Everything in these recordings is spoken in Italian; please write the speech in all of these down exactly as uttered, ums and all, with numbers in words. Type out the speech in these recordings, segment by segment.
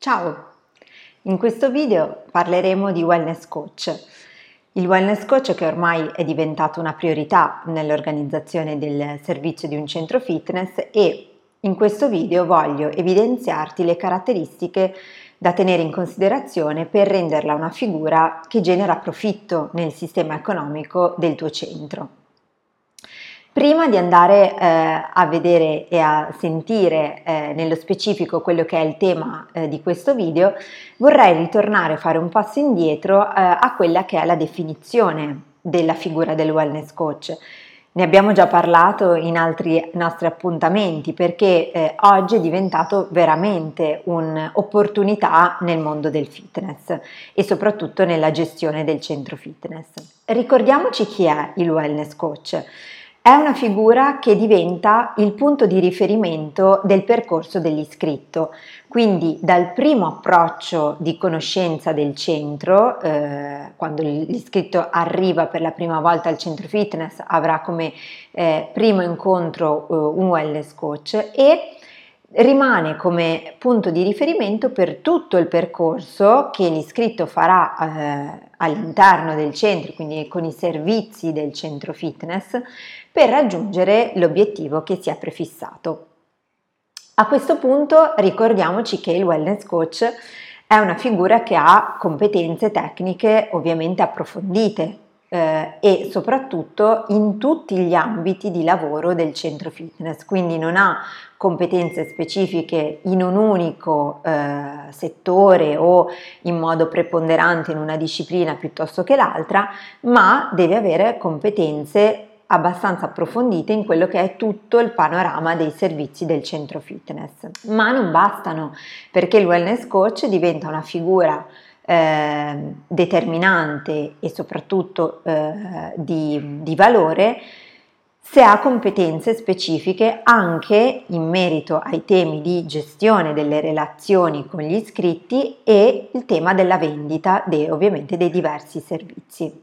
Ciao! In questo video parleremo di wellness coach. Il wellness coach che ormai è diventato una priorità nell'organizzazione del servizio di un centro fitness e in questo video voglio evidenziarti le caratteristiche da tenere in considerazione per renderla una figura che genera profitto nel sistema economico del tuo centro. Prima di andare eh, a vedere e a sentire eh, nello specifico quello che è il tema eh, di questo video, vorrei ritornare a fare un passo indietro eh, a quella che è la definizione della figura del wellness coach. Ne abbiamo già parlato in altri nostri appuntamenti perché eh, oggi è diventato veramente un'opportunità nel mondo del fitness e soprattutto nella gestione del centro fitness. Ricordiamoci chi è il wellness coach. È una figura che diventa il punto di riferimento del percorso dell'iscritto, quindi dal primo approccio di conoscenza del centro, eh, quando l'iscritto arriva per la prima volta al centro fitness avrà come eh, primo incontro eh, un wellness coach e rimane come punto di riferimento per tutto il percorso che l'iscritto farà eh, all'interno del centro, quindi con i servizi del centro fitness, per raggiungere l'obiettivo che si è prefissato. A questo punto ricordiamoci che il wellness coach è una figura che ha competenze tecniche ovviamente approfondite eh, e soprattutto in tutti gli ambiti di lavoro del centro fitness, quindi non ha competenze specifiche in un unico eh, settore o in modo preponderante in una disciplina piuttosto che l'altra, ma deve avere competenze abbastanza approfondite in quello che è tutto il panorama dei servizi del centro fitness. Ma non bastano, perché il wellness coach diventa una figura eh, determinante e soprattutto eh, di, di valore se ha competenze specifiche anche in merito ai temi di gestione delle relazioni con gli iscritti e il tema della vendita de, ovviamente dei diversi servizi.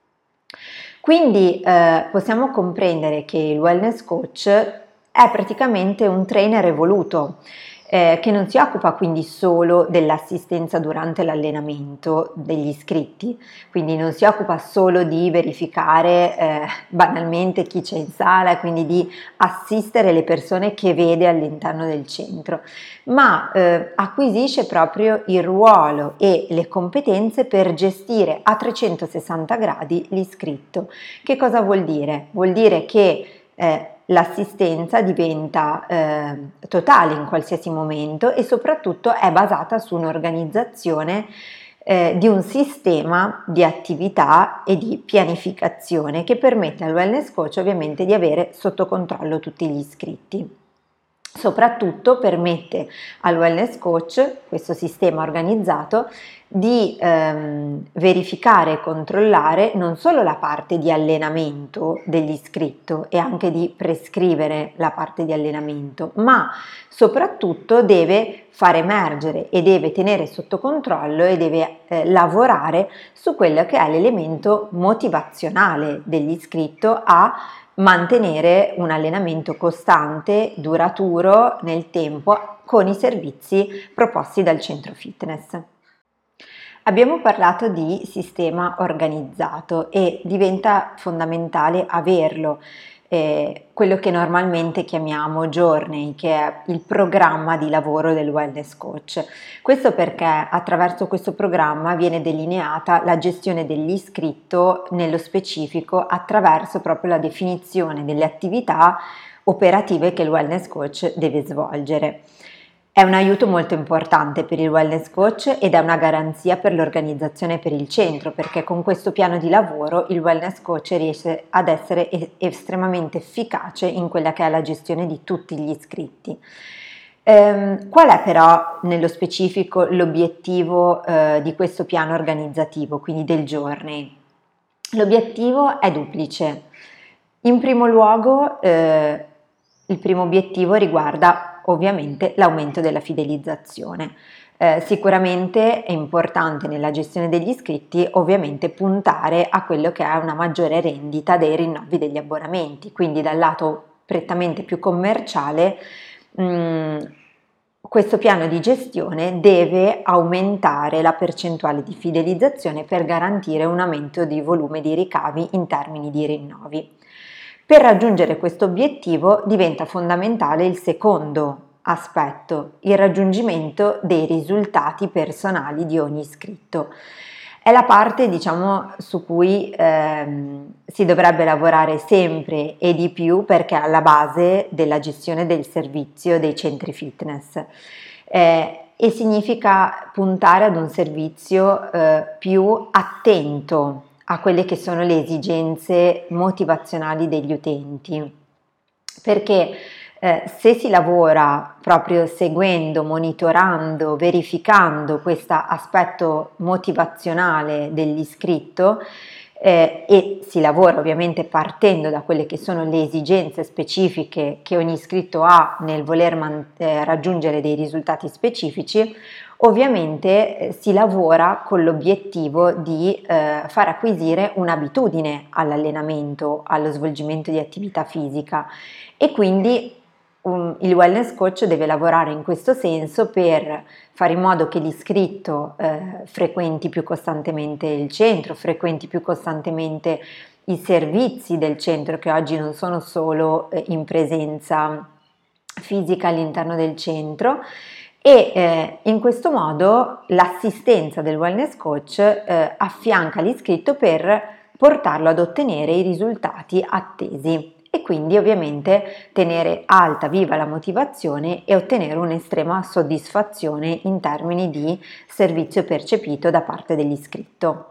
Quindi eh, possiamo comprendere che il wellness coach è praticamente un trainer evoluto eh, che non si occupa quindi solo dell'assistenza durante l'allenamento degli iscritti, quindi non si occupa solo di verificare eh, banalmente chi c'è in sala e quindi di assistere le persone che vede all'interno del centro, ma eh, acquisisce proprio il ruolo e le competenze per gestire a trecentosessanta gradi l'iscritto. Che cosa vuol dire? Vuol dire che eh, l'assistenza diventa eh, totale in qualsiasi momento e soprattutto è basata su un'organizzazione eh, di un sistema di attività e di pianificazione che permette al wellness coach ovviamente di avere sotto controllo tutti gli iscritti. Soprattutto permette al wellness coach, questo sistema organizzato, di ehm, verificare e controllare non solo la parte di allenamento dell'iscritto e anche di prescrivere la parte di allenamento, ma soprattutto deve far emergere e deve tenere sotto controllo e deve eh, lavorare su quello che è l'elemento motivazionale dell'iscritto a mantenere un allenamento costante, duraturo nel tempo con i servizi proposti dal centro fitness. Abbiamo parlato di sistema organizzato e diventa fondamentale averlo, eh, quello che normalmente chiamiamo journey, che è il programma di lavoro del wellness coach. Questo perché attraverso questo programma viene delineata la gestione dell'iscritto nello specifico attraverso proprio la definizione delle attività operative che il wellness coach deve svolgere. È un aiuto molto importante per il wellness coach ed è una garanzia per l'organizzazione e per il centro, perché con questo piano di lavoro il wellness coach riesce ad essere estremamente efficace in quella che è la gestione di tutti gli iscritti. Ehm, qual è però nello specifico l'obiettivo eh, di questo piano organizzativo, quindi del journey? L'obiettivo è duplice. In primo luogo, eh, il primo obiettivo riguarda ovviamente l'aumento della fidelizzazione. Eh, sicuramente è importante nella gestione degli iscritti ovviamente puntare a quello che è una maggiore rendita dei rinnovi degli abbonamenti, quindi dal lato prettamente più commerciale mh, questo piano di gestione deve aumentare la percentuale di fidelizzazione per garantire un aumento di volume di ricavi in termini di rinnovi. Per raggiungere questo obiettivo diventa fondamentale il secondo aspetto, il raggiungimento dei risultati personali di ogni iscritto. È la parte, diciamo, su cui ehm, si dovrebbe lavorare sempre e di più, perché è alla base della gestione del servizio dei centri fitness eh, e significa puntare ad un servizio eh, più attento a quelle che sono le esigenze motivazionali degli utenti, perché eh, se si lavora proprio seguendo, monitorando, verificando questo aspetto motivazionale dell'iscritto eh, e si lavora ovviamente partendo da quelle che sono le esigenze specifiche che ogni iscritto ha nel voler man- eh, raggiungere dei risultati specifici, ovviamente eh, si lavora con l'obiettivo di eh, far acquisire un'abitudine all'allenamento, allo svolgimento di attività fisica, e quindi um, il wellness coach deve lavorare in questo senso per fare in modo che l'iscritto eh, frequenti più costantemente il centro, frequenti più costantemente i servizi del centro, che oggi non sono solo eh, in presenza fisica all'interno del centro, e eh, in questo modo l'assistenza del wellness coach eh, affianca l'iscritto per portarlo ad ottenere i risultati attesi e quindi ovviamente tenere alta, viva la motivazione e ottenere un'estrema soddisfazione in termini di servizio percepito da parte dell'iscritto.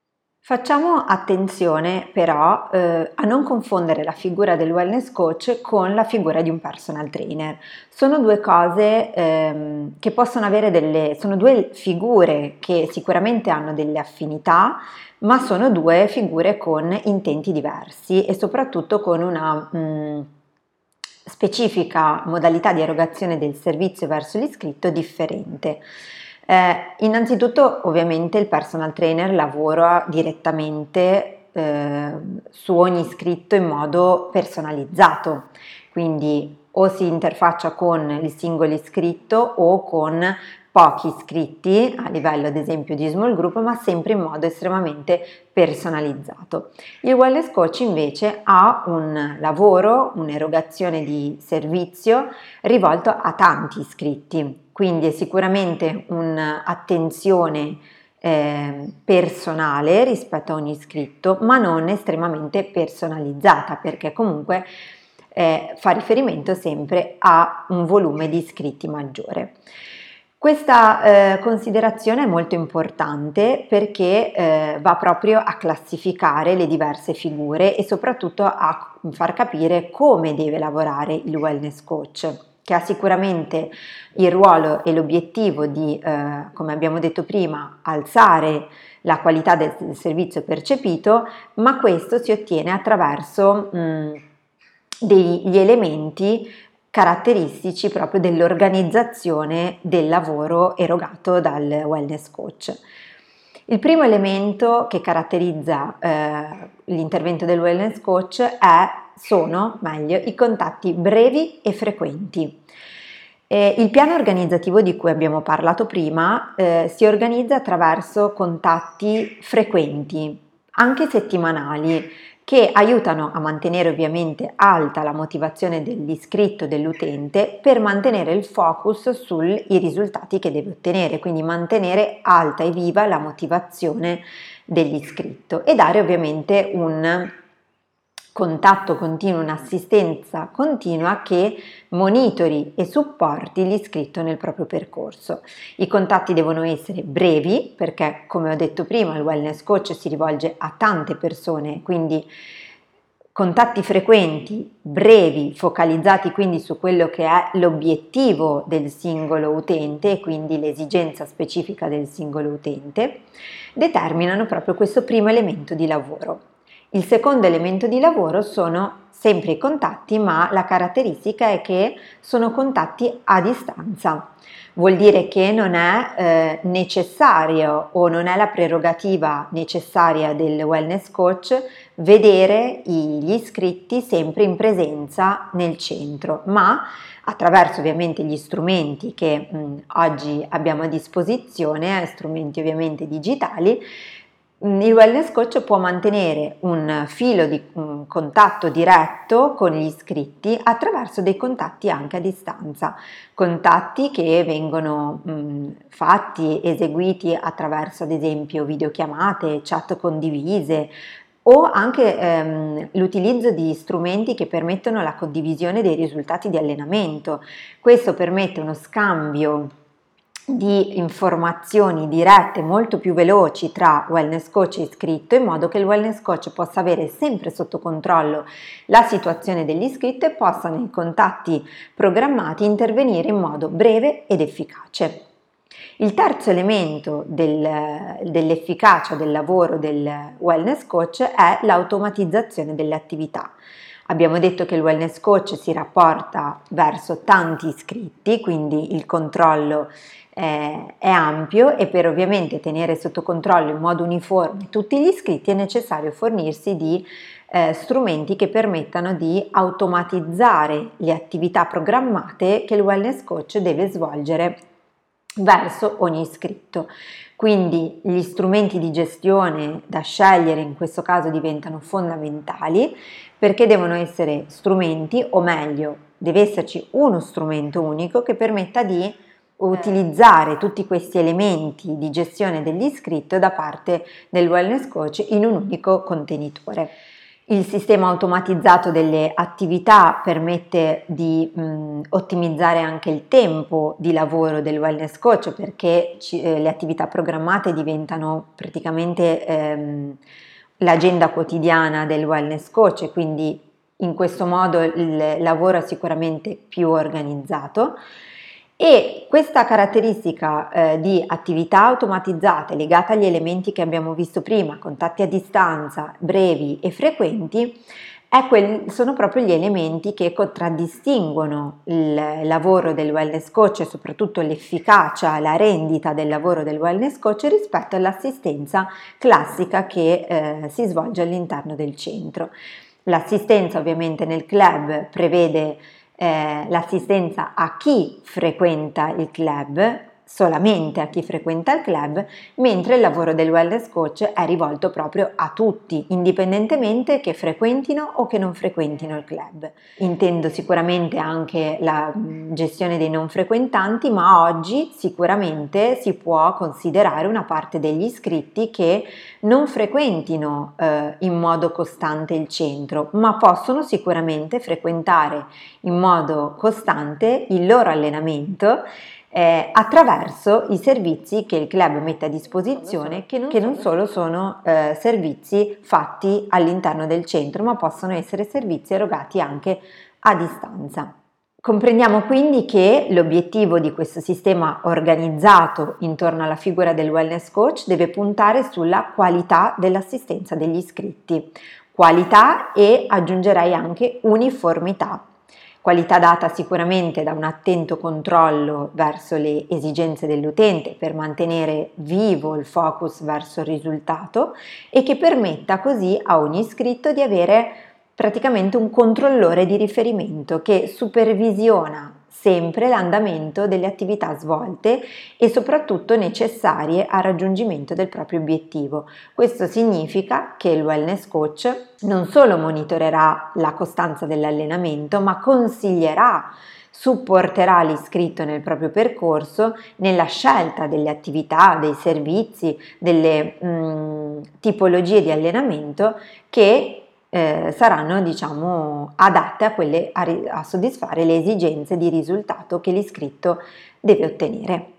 Facciamo attenzione però eh, a non confondere la figura del wellness coach con la figura di un personal trainer. Sono due cose ehm, che possono avere delle, sono due figure che sicuramente hanno delle affinità, ma sono due figure con intenti diversi e soprattutto con una mh, specifica modalità di erogazione del servizio verso l'iscritto differente. Eh, innanzitutto ovviamente il personal trainer lavora direttamente eh, su ogni iscritto in modo personalizzato, quindi o si interfaccia con il singolo iscritto o con pochi iscritti a livello ad esempio di small group, ma sempre in modo estremamente personalizzato. Il wellness coach invece ha un lavoro, un'erogazione di servizio rivolto a tanti iscritti, quindi è sicuramente un'attenzione eh, personale rispetto a ogni iscritto, ma non estremamente personalizzata, perché comunque eh, fa riferimento sempre a un volume di iscritti maggiore. Questa eh, considerazione è molto importante perché eh, va proprio a classificare le diverse figure e soprattutto a far capire come deve lavorare il wellness coach, che ha sicuramente il ruolo e l'obiettivo di, eh, come abbiamo detto prima, alzare la qualità del, del servizio percepito, ma questo si ottiene attraverso mh, degli elementi caratteristici proprio dell'organizzazione del lavoro erogato dal wellness coach. Il primo elemento che caratterizza eh, l'intervento del wellness coach è, sono, meglio, i contatti brevi e frequenti. Eh, il piano organizzativo di cui abbiamo parlato prima eh, si organizza attraverso contatti frequenti, anche settimanali, che aiutano a mantenere ovviamente alta la motivazione dell'iscritto, dell'utente, per mantenere il focus sui risultati che deve ottenere, quindi mantenere alta e viva la motivazione dell'iscritto e dare ovviamente un contatto continuo, un'assistenza continua che monitori e supporti l'iscritto nel proprio percorso. I contatti devono essere brevi perché, come ho detto prima, il wellness coach si rivolge a tante persone, quindi contatti frequenti, brevi, focalizzati quindi su quello che è l'obiettivo del singolo utente e quindi l'esigenza specifica del singolo utente, determinano proprio questo primo elemento di lavoro. Il secondo elemento di lavoro sono sempre i contatti, ma la caratteristica è che sono contatti a distanza. Vuol dire che non è eh, necessario o non è la prerogativa necessaria del wellness coach vedere gli iscritti sempre in presenza nel centro, ma attraverso ovviamente gli strumenti che mh, oggi abbiamo a disposizione, strumenti ovviamente digitali, il wellness coach può mantenere un filo di un contatto diretto con gli iscritti attraverso dei contatti anche a distanza, contatti che vengono mh, fatti, eseguiti attraverso ad esempio videochiamate, chat condivise o anche ehm, l'utilizzo di strumenti che permettono la condivisione dei risultati di allenamento. Questo permette uno scambio di informazioni dirette molto più veloci tra wellness coach e iscritto, in modo che il wellness coach possa avere sempre sotto controllo la situazione dell'iscritto e possa nei contatti programmati intervenire in modo breve ed efficace. Il terzo elemento del, dell'efficacia del lavoro del wellness coach è l'automatizzazione delle attività. Abbiamo detto che il wellness coach si rapporta verso tanti iscritti, quindi il controllo eh, è ampio e per ovviamente tenere sotto controllo in modo uniforme tutti gli iscritti è necessario fornirsi di eh, strumenti che permettano di automatizzare le attività programmate che il wellness coach deve svolgere verso ogni iscritto. Quindi gli strumenti di gestione da scegliere in questo caso diventano fondamentali, perché devono essere strumenti, o meglio, deve esserci uno strumento unico che permetta di utilizzare tutti questi elementi di gestione dell'iscritto da parte del wellness coach in un unico contenitore. Il sistema automatizzato delle attività permette di mh, ottimizzare anche il tempo di lavoro del wellness coach, perché ci, eh, le attività programmate diventano praticamente ehm, l'agenda quotidiana del wellness coach e quindi in questo modo il lavoro è sicuramente più organizzato. E questa caratteristica eh, di attività automatizzate legata agli elementi che abbiamo visto prima, contatti a distanza, brevi e frequenti, è quel, sono proprio gli elementi che contraddistinguono il lavoro del wellness coach e soprattutto l'efficacia, la rendita del lavoro del wellness coach rispetto all'assistenza classica che eh, si svolge all'interno del centro. L'assistenza ovviamente nel club prevede Eh, l'assistenza a chi frequenta il club, solamente a chi frequenta il club, mentre il lavoro del wellness coach è rivolto proprio a tutti, indipendentemente che frequentino o che non frequentino il club. Intendo sicuramente anche la gestione dei non frequentanti, ma oggi sicuramente si può considerare una parte degli iscritti che non frequentino eh, in modo costante il centro, ma possono sicuramente frequentare in modo costante il loro allenamento eh, attraverso i servizi che il club mette a disposizione, che non, che non solo sono eh, servizi fatti all'interno del centro, ma possono essere servizi erogati anche a distanza. Comprendiamo quindi che l'obiettivo di questo sistema organizzato intorno alla figura del wellness coach deve puntare sulla qualità dell'assistenza degli iscritti, qualità e aggiungerei anche uniformità. Qualità data sicuramente da un attento controllo verso le esigenze dell'utente per mantenere vivo il focus verso il risultato e che permetta così a ogni iscritto di avere praticamente un controllore di riferimento che supervisiona sempre l'andamento delle attività svolte e soprattutto necessarie al raggiungimento del proprio obiettivo. Questo significa che il wellness coach non solo monitorerà la costanza dell'allenamento, ma consiglierà, supporterà l'iscritto nel proprio percorso, nella scelta delle attività, dei servizi, delle mh, tipologie di allenamento che Eh, saranno diciamo adatte a quelle a, a soddisfare le esigenze di risultato che l'iscritto deve ottenere.